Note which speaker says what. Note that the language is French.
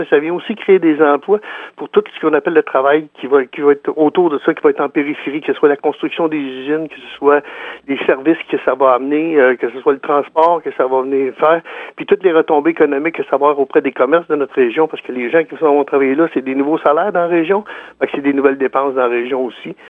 Speaker 1: Ça vient aussi créer des emplois pour tout ce qu'on appelle le travail qui va être autour de ça, qui va être en périphérie, que ce soit la construction des usines, que ce soit les services que ça va amener, que ce soit le transport que ça va venir faire, puis toutes les retombées économiques que ça va avoir auprès des commerces de notre région, parce que les gens qui vont travailler là, c'est des nouveaux salaires dans la région, fait que c'est des nouvelles dépenses dans la région aussi.